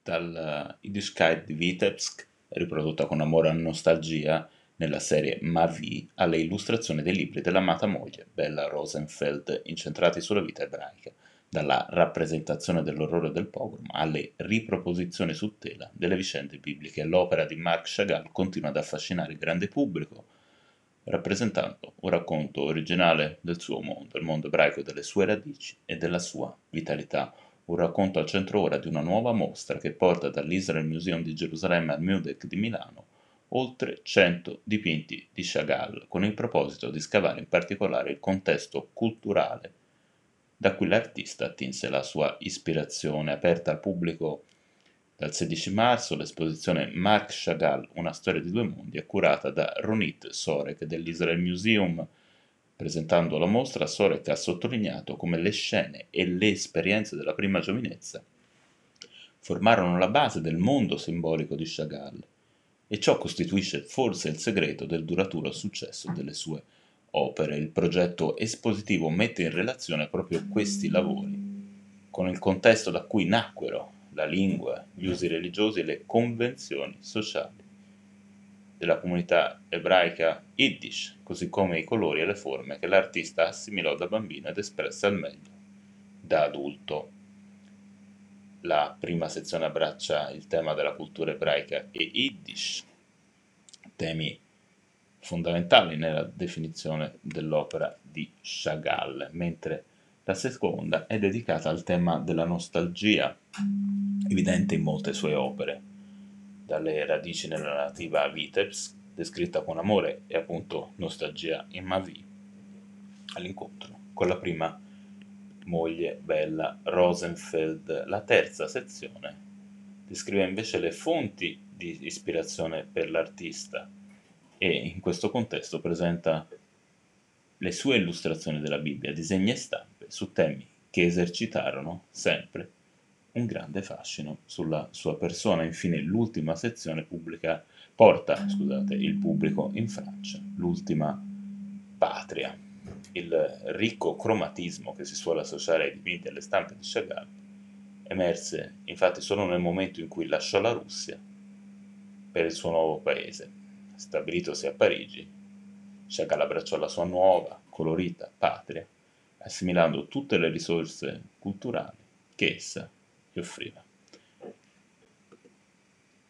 dal Yiddishkeit di Vitebsk, riprodotta con amore e nostalgia nella serie Mavi, alle illustrazioni dei libri dell'amata moglie Bella Rosenfeld, incentrati sulla vita ebraica, dalla rappresentazione dell'orrore del pogrom alle riproposizioni su tela delle vicende bibliche. L'opera di Marc Chagall continua ad affascinare il grande pubblico, rappresentando un racconto originale del suo mondo, il mondo ebraico, delle sue radici e della sua vitalità. Un racconto al centro ora di una nuova mostra che porta dall'Israel Museum di Gerusalemme al MUDEC di Milano oltre 100 dipinti di Chagall, con il proposito di scavare in particolare il contesto culturale da cui l'artista attinse la sua ispirazione. Aperta al pubblico dal 16 marzo, l'esposizione Marc Chagall, una storia di due mondi, è curata da Ronit Sorek dell'Israel Museum. Presentando la mostra, Sorek ha sottolineato come le scene e le esperienze della prima giovinezza formarono la base del mondo simbolico di Chagall, e ciò costituisce forse il segreto del duraturo successo delle sue opere. Il progetto espositivo mette in relazione proprio questi lavori con il contesto da cui nacquero la lingua, gli usi religiosi e le convenzioni sociali della comunità ebraica Yiddish, così come i colori e le forme che l'artista assimilò da bambino ed espresse al meglio da adulto. La prima sezione abbraccia il tema della cultura ebraica e Yiddish, temi fondamentali nella definizione dell'opera di Chagall, mentre la seconda è dedicata al tema della nostalgia, evidente in molte sue opere, dalle radici nella nativa Vitebsk, descritta con amore e appunto nostalgia in Mavi, all'incontro con la prima moglie Bella Rosenfeld. La terza sezione descrive invece le fonti di ispirazione per l'artista e in questo contesto presenta le sue illustrazioni della Bibbia, disegni e stampe su temi che esercitarono sempre un grande fascino sulla sua persona. Infine l'ultima sezione porta il pubblico in Francia, l'ultima patria. Il ricco cromatismo che si suole associare ai dipinti e alle stampe di Chagall emerse infatti solo nel momento in cui lasciò la Russia per il suo nuovo paese. Stabilitosi a Parigi, Chagall abbracciò la sua nuova, colorita patria, assimilando tutte le risorse culturali che essa gli offriva.